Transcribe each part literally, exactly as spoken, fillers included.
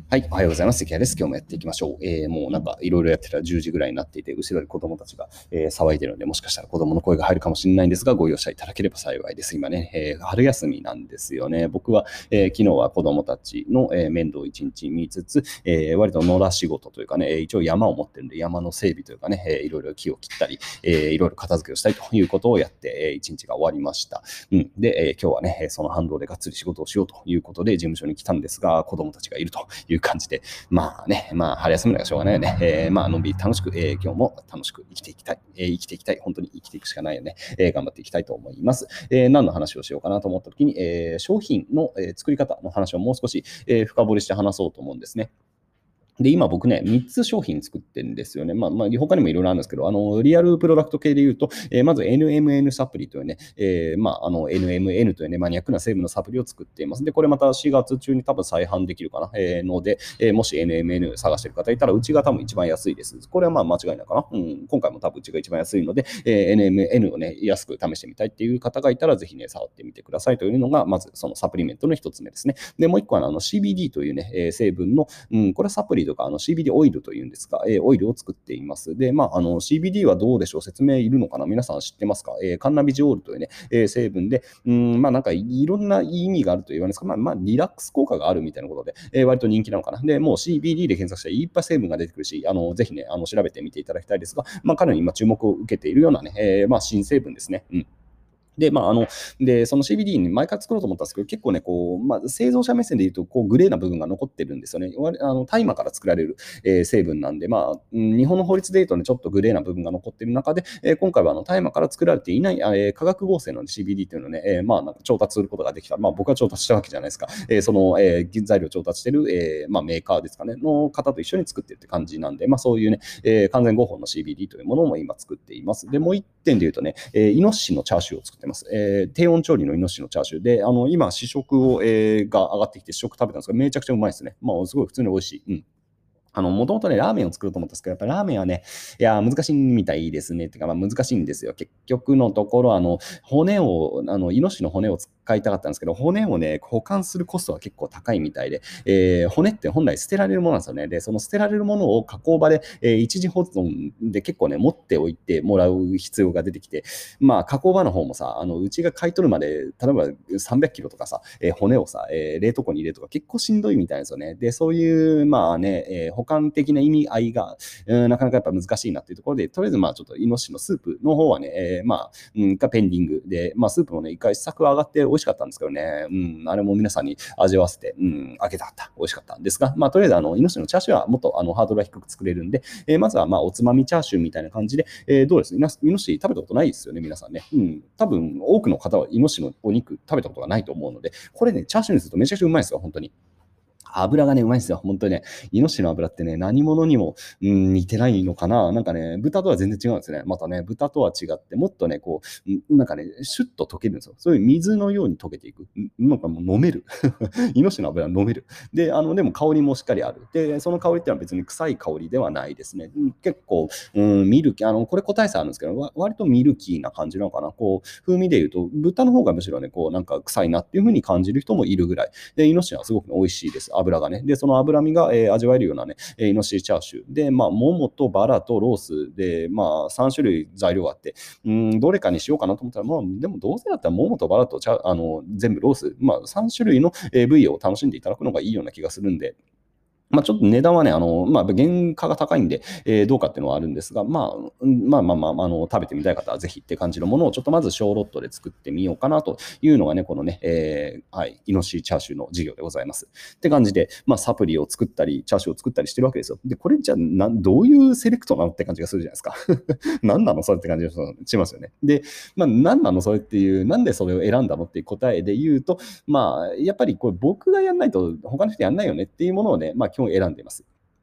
はい、おはようございます。関谷です。今日もやっていきましょう。えー、もうなんかいろいろやってたらじゅうじぐらいになっていて、後ろで子供たちが、えー騒いでるので、もしかしたら子供の声が入るかもしれないんですが、ご容赦いただければ幸いです。今ね、えー春休みなんですよね。僕は、えー昨日は子供たちの、えー面倒を一日見つつ、えー割と野良仕事というかね、えー一応山を持ってるんで、山の整備というかね、えーいろいろ木を切ったり、えーいろいろ片付けをしたりということをやって、えー一日が終わりました。うん、で、えー今日はね、その反動でがっつり仕事をしようということで事務所に来たんですが、子供たちがいるという感じで、まあね、まあ、春休みだからしょうがないよね。えーまあ、のんびり楽しく、えー今日も楽しく生きていきたい。えー生きていきたい。本当に生きていくしかないよね。えー頑張っていきたいと思います。えー何の話をしようかなと思った時に、えー商品の、えー作り方の話をもう少し、えー深掘りして話そうと思うんですね。で、今僕ね、みっつ商品作ってるんですよね。まあ、まあ、他にもいろいろあるんですけど、あの、リアルプロダクト系で言うと、えーまず エヌエムエヌ サプリというね、えーまあ、あの、エヌエムエヌ というね、マニアックな成分のサプリを作っています。で、これまたしがつ中に多分再販できるかな、えーので、えーもし エヌエムエヌ 探してる方いたら、うちが多分一番安いです。これはまあ間違いないかな。うん、今回も多分うちが一番安いので、えー エヌエムエヌ をね、安く試してみたいっていう方がいたら、ぜひね、触ってみてくださいというのが、まずそのサプリメントの一つ目ですね。で、もう一個はあの シービーディー というね、えー成分の、うん、これはサプリとかあの シービーディー オイルというんですが、えーオイルを作っています。で、まあ、あの シービーディー はどうでしょう、説明いるのかな、皆さん知ってますか？えーカンナビジオールというね、えー成分で、うん、まあなんかいろんな意味があると言われますか、まあ、まあ、リラックス効果があるみたいなことで、えー割と人気なのかな。で、もう シービーディー で検索したらいっぱい成分が出てくるし、あのぜひね、あの調べてみていただきたいですが、まあ、かなり今注目を受けているようなね、えーまあ、新成分ですね。うん。で、まあ、あの、で、その シービーディー に毎回作ろうと思ったんですけど、結構ね、こう、まあ、製造者目線で言うと、こう、グレーな部分が残ってるんですよね。わあの、大麻から作られる、えー成分なんで、まあ、うん日本の法律で言うとね、ちょっとグレーな部分が残っている中で、えー今回はあの大麻から作られていない、あえー化学合成の シービーディー というのをね、えーまあ、なんか調達することができた。まあ、僕は調達したわけじゃないですか。えーその、えー材料を調達している、えーまあ、メーカーですかね、の方と一緒に作ってるって感じなんで、まあ、そういうね、えー完全合法の シービーディー というものも今作っています。で、もう一点で言うとね、えーイノシシのチャーシューを作ってます。えー低温調理のイノシシのチャーシューで、あの、今、試食を、えーが上がってきて試食食べたんですが、めちゃくちゃうまいですね。まあ、すごい普通に美味しい。うん。あの、もともとね、ラーメンを作ろうと思ったんですけど、やっぱラーメンはね、いや、難しいみたいですね。っていうか、まあ、難しいんですよ。結局のところ、あの、骨を、あの、イノシシの骨を使いたかったんですけど、骨をね、保管するコストは結構高いみたいで、えー骨って本来捨てられるものなんですよね。で、その捨てられるものを加工場で、えー一時保存で結構ね、持っておいてもらう必要が出てきて、まあ、加工場の方もさ、あの、うちが買い取るまで、例えばさんびゃくキロとかさ、えー骨をさ、えー冷凍庫に入れるとか結構しんどいみたいですよね。で、そういう、まあね、えー保管的な意味合いが、うん、なかなかやっぱ難しいなっていうところで、とりあえずまあちょっとイノシシのスープの方はね、えーまあ、うん、がペンディングで、まあスープもね、一回試作上がって美味しかったんですけどね、うん、あれも皆さんに味わわせて、うん、あげたかった。美味しかったんですが、まあとりあえずあの、イノシシのチャーシューはもっとあのハードルは低く作れるんで、えーまずはまあおつまみチャーシューみたいな感じで、えーどうですイノシシ食べたことないですよね、皆さんね。うん、多分多くの方はイノシシのお肉食べたことがないと思うので、これね、チャーシューにするとめちゃくちゃうまいですよ、本当に。油がね、うまいんですよ。本当にね。イノシシの油ってね、何物にも、うん、似てないのかな。なんかね、豚とは全然違うんですね。またね、豚とは違って、もっとね、こう、んなんかね、シュッと溶けるんですよ。そういう水のように溶けていく。んなんかもう飲める。イノシシの油飲める。で、あの、でも香りもしっかりある。で、その香りってのは別に臭い香りではないですね。うん結構、うん、ミルキー、あの、これ個体差あるんですけど、わ割とミルキーな感じなのかな。こう、風味で言うと、豚の方がむしろね、こう、なんか臭いなっていう風に感じる人もいるぐらい。で、イノシシはすごく美味しいです。油がね。で、その脂身が、えー味わえるようなね、えーイノシシチャーシュー。で、まあ、ももとバラとロースで、まあ、さん種類材料があって、うん、どれかにしようかなと思ったら、まあ、でもどうせだったらももとバラとチャあの全部ロース、まあ、さん種類のえー部位を楽しんでいただくのがいいような気がするんで、まあ、ちょっと値段はね、あの、まあ、原価が高いんで、えーどうかっていうのはあるんですが、まあ、うんまあまあまあ、あの、食べてみたい方はぜひって感じのものをちょっとまず小ロットで作ってみようかなというのがね、このね、えーはい、イノシシチャーシューの事業でございます。って感じで、まあ、サプリを作ったり、チャーシューを作ったりしてるわけですよ。で、これじゃあ、なん、どういうセレクトなのって感じがするじゃないですか。何なのそれって感じがしますよね。で、まあ、何なのそれっていう、なんでそれを選んだのっていう答えで言うと、まあ、やっぱりこれ僕がやんないと他の人やんないよねっていうものをね、まあ基本選んでいます。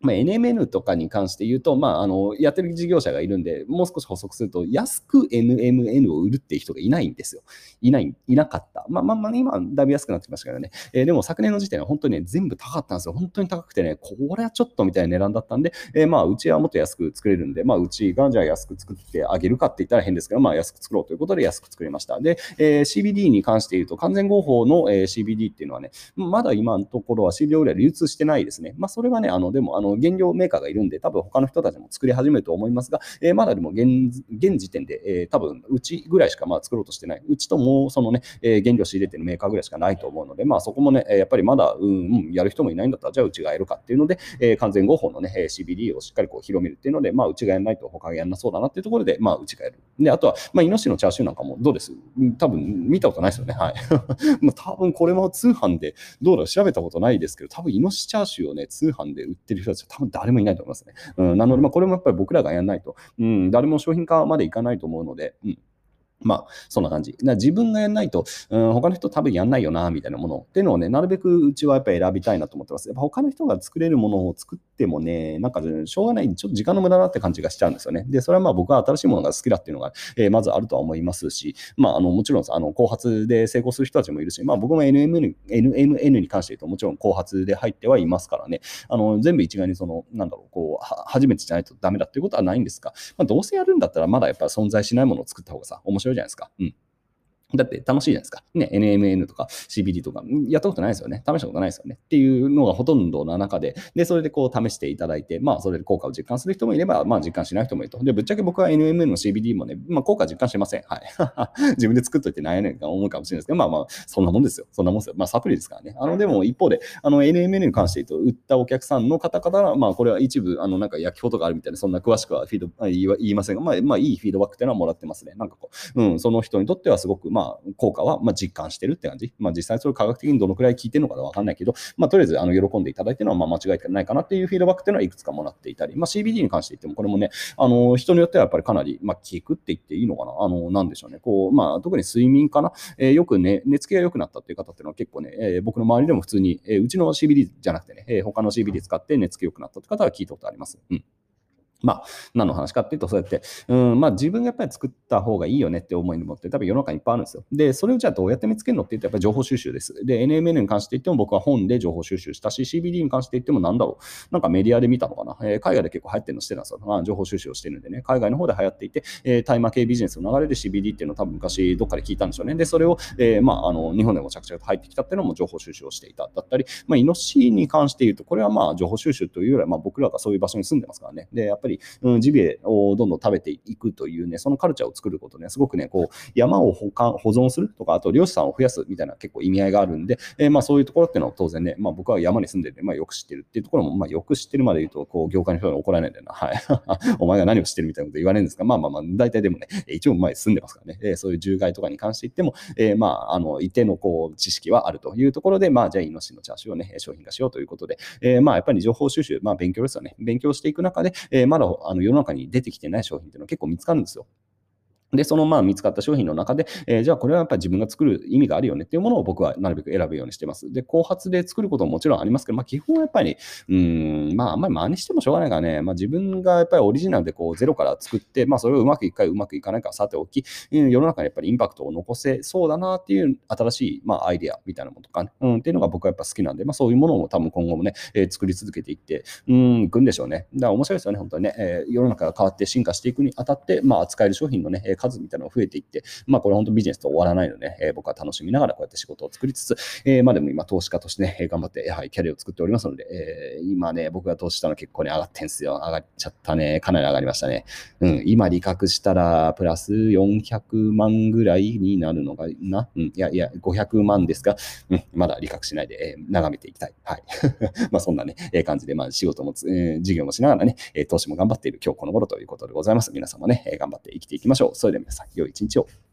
まあ、エヌエムエヌ とかに関して言うと、まあ、あのやってる事業者がいるんで、もう少し補足すると、安く エヌエムエヌ を売るっていう人がいないんですよ。いない、いなかった。まあまあまあ、今はだいぶ安くなってきましたけどね。えーでも昨年の時点は本当にね、全部高かったんですよ。本当に高くてね、これはちょっとみたいな値段だったんで、えーまあ、うちはもっと安く作れるんで、まあ、うちがじゃあ安く作ってあげるかって言ったら変ですけど、まあ、安く作ろうということで安く作りました。で、えー シービーディー に関して言うと、完全合法の、えー シービーディー っていうのはね、まだ今のところは シービーディー ぐらい流通してないですね。まあ、それはね、あの、でも、あの、原料メーカーがいるんで、多分他の人たちも作り始めると思いますが、えーまだでも現現時点で、えー多分うちぐらいしかまあ作ろうとしてない。うちともうそのね、えー原料仕入れてるメーカーぐらいしかないと思うので、まあそこもね、やっぱりまだ、うん、うん、やる人もいないんだったら、じゃあうちがやるかっていうので、えー完全合法のね、シービーディー をしっかりこう広めるっていうので、まあうちがやらないと他がやらなそうだなっていうところで、まあうちがやる。で、あとは、まあイノシシのチャーシューなんかもどうです？多分見たことないですよね。はい。まあ多分これも通販でどうだろう調べたことないですけど、多分イノシシチャーシューをね、通販で売ってる人たちは多分誰もいないと思いますね。うん、なので、まあ、これもやっぱり僕らがやらないと、うん、誰も商品化までいかないと思うので、うん、まあ、そんな感じ。な自分がやんないと、うん、他の人多分やんないよな、みたいなものっていうのをね、なるべくうちはやっぱり選びたいなと思ってます。やっぱ他の人が作れるものを作ってもね、なんかねしょうがない、ちょっと時間の無駄だって感じがしちゃうんですよね。で、それはまあ僕は新しいものが好きだっていうのが、えーまずあるとは思いますし、まあ、あのもちろんあの後発で成功する人たちもいるし、まあ僕も エヌエムエヌ, エヌエムエヌ に関して言うと、もちろん後発で入ってはいますからね、あの全部一概にその、なんだろう、こう、は初めてじゃないとダメだっていうことはないんですが、まあ、どうせやるんだったらまだやっぱ存在しないものを作った方がさ、面白いじゃないですか。うん。だって楽しいじゃないですか。ね、エヌエムエヌ とか シービーディー とか、やったことないですよね。試したことないですよね。っていうのがほとんどな中で、で、それでこう試していただいて、まあ、それで効果を実感する人もいれば、まあ、実感しない人もいると。で、ぶっちゃけ僕は エヌエムエヌ の シービーディー もね、まあ、効果実感してません。はい。自分で作っといて悩んでるか思うかもしれないですけど、まあまあ、そんなもんですよ。そんなもんですよ。まあ、サプリですからね。あの、でも一方で、あの、エヌエムエヌ に関して言うと、売ったお客さんの方々は、まあ、これは一部、あの、なんか焼きことがあるみたいな、そんな詳しくはフィードあ言い言いませんが、まあ、まあ、いいフィードバックっていうのはもらってますね。なんかこう、うん、その人にとってはすごく、まあ、効果は、まあ、実感してるって感じ。まあ、実際それ科学的にどのくらい効いてるのかわかんないけど、まあ、とりあえずあの喜んでいただいてるのは、まあ、間違いないかなっていうフィードバックっていうのはいくつかもらっていたり、まあ、シービーディー に関して言っても、これもね、あの人によってはやっぱりかなり、まあ、効くって言っていいのかな。あの、なんでしょうね。こう、まあ、特に睡眠かな。えーよくね、寝つきが良くなったっていう方っていうのは結構ね、えー僕の周りでも普通に、えーうちの シービーディー じゃなくてね、えー他の シービーディー 使って寝つき良くなったって方は聞いたことあります。うん。まあ、何の話かっていうと、そうやって、うん、まあ自分がやっぱり作った方がいいよねって思いのもって多分世の中にいっぱいあるんですよ。で、それをじゃあどうやって見つけるのって言うと、やっぱり情報収集です。で、エヌエムエヌ に関して言っても僕は本で情報収集したし、シービーディー に関して言ってもなんだろう、なんかメディアで見たのかな。えー海外で結構流行ってるのしてるんですよ。まあ、情報収集をしてるんでね、海外の方で流行っていて、えー、タイマー系ビジネスの流れで シービーディー っていうのを多分昔どっかで聞いたんでしょうね。で、それを、えーまあ、あの日本でも着々と入ってきたっていうのも情報収集をしていただったり、まあ、イノシシに関して言うと、これはまあ情報収集というよりは、まあ、僕らがそういう場所に住んでますからね。で、やっぱり、うん、ジビエをどんどん食べていくというね、そのカルチャーを作ることね、すごくね、こう山を保管保存するとか、あと漁師さんを増やすみたいな結構意味合いがあるんで、えーまあ、そういうところっていうのは当然ね、まあ、僕は山に住んでるんで、まあ、よく知ってるっていうところも、まあ、よく知ってるまで言うと、こう業界の人に怒られないんだよな。はい。お前が何を知ってるみたいなこと言われるんですが、まあまあまあ、大体でもね、一応前に住んでますからね、えーそういう獣害とかに関して言っても、えーまあ、あの一定のこう知識はあるというところで、まあ、じゃあ、イノシシのチャーシューをね、商品化しようということで、えーまあ、やっぱり情報収集、まあ、勉強ですよね。勉強していく中で、えーまだあの世の中に出てきてない商品っていうのは結構見つかるんですよ。で、そのまあ見つかった商品の中で、えーじゃあこれはやっぱり自分が作る意味があるよねっていうものを僕はなるべく選ぶようにしてます。で、後発で作ることももちろんありますけど、まあ基本はやっぱり、うーん、まああんまり真似してもしょうがないからね、まあ自分がやっぱりオリジナルでこうゼロから作って、まあそれをうまくいくかうまくいかないかはさておき、うん世の中にやっぱりインパクトを残せそうだなっていう新しい、まあ、アイデアみたいなものとかね、うん、っていうのが僕はやっぱ好きなんで、まあそういうものを多分今後もね、えー作り続けていって、うん、いくんでしょうね。だから面白いですよね、本当にね。えー世の中が変わって進化していくにあたって、まあ扱える商品のね、えー数みたいなのが増えていって、まあこれ本当ビジネスと終わらないので、ね、えー僕は楽しみながらこうやって仕事を作りつつ、えーまあでも今投資家としてね、えー頑張って、やはりキャリアを作っておりますので、えー今ね、僕が投資したの結構ね、上がってんすよ。上がっちゃったね。かなり上がりましたね。うん、今利確したらプラスよんひゃくまんぐらいになるのがな、うん、いやいや、ごひゃくまんですが、うん、まだ利確しないで、えー眺めていきたい。はい。まあそんなね、えー感じで、まあ仕事もつ、えー事業もしながらね、えー投資も頑張っている今日この頃ということでございます。皆さんもね、えー頑張って生きていきましょう。それでは皆さん、良い一日を。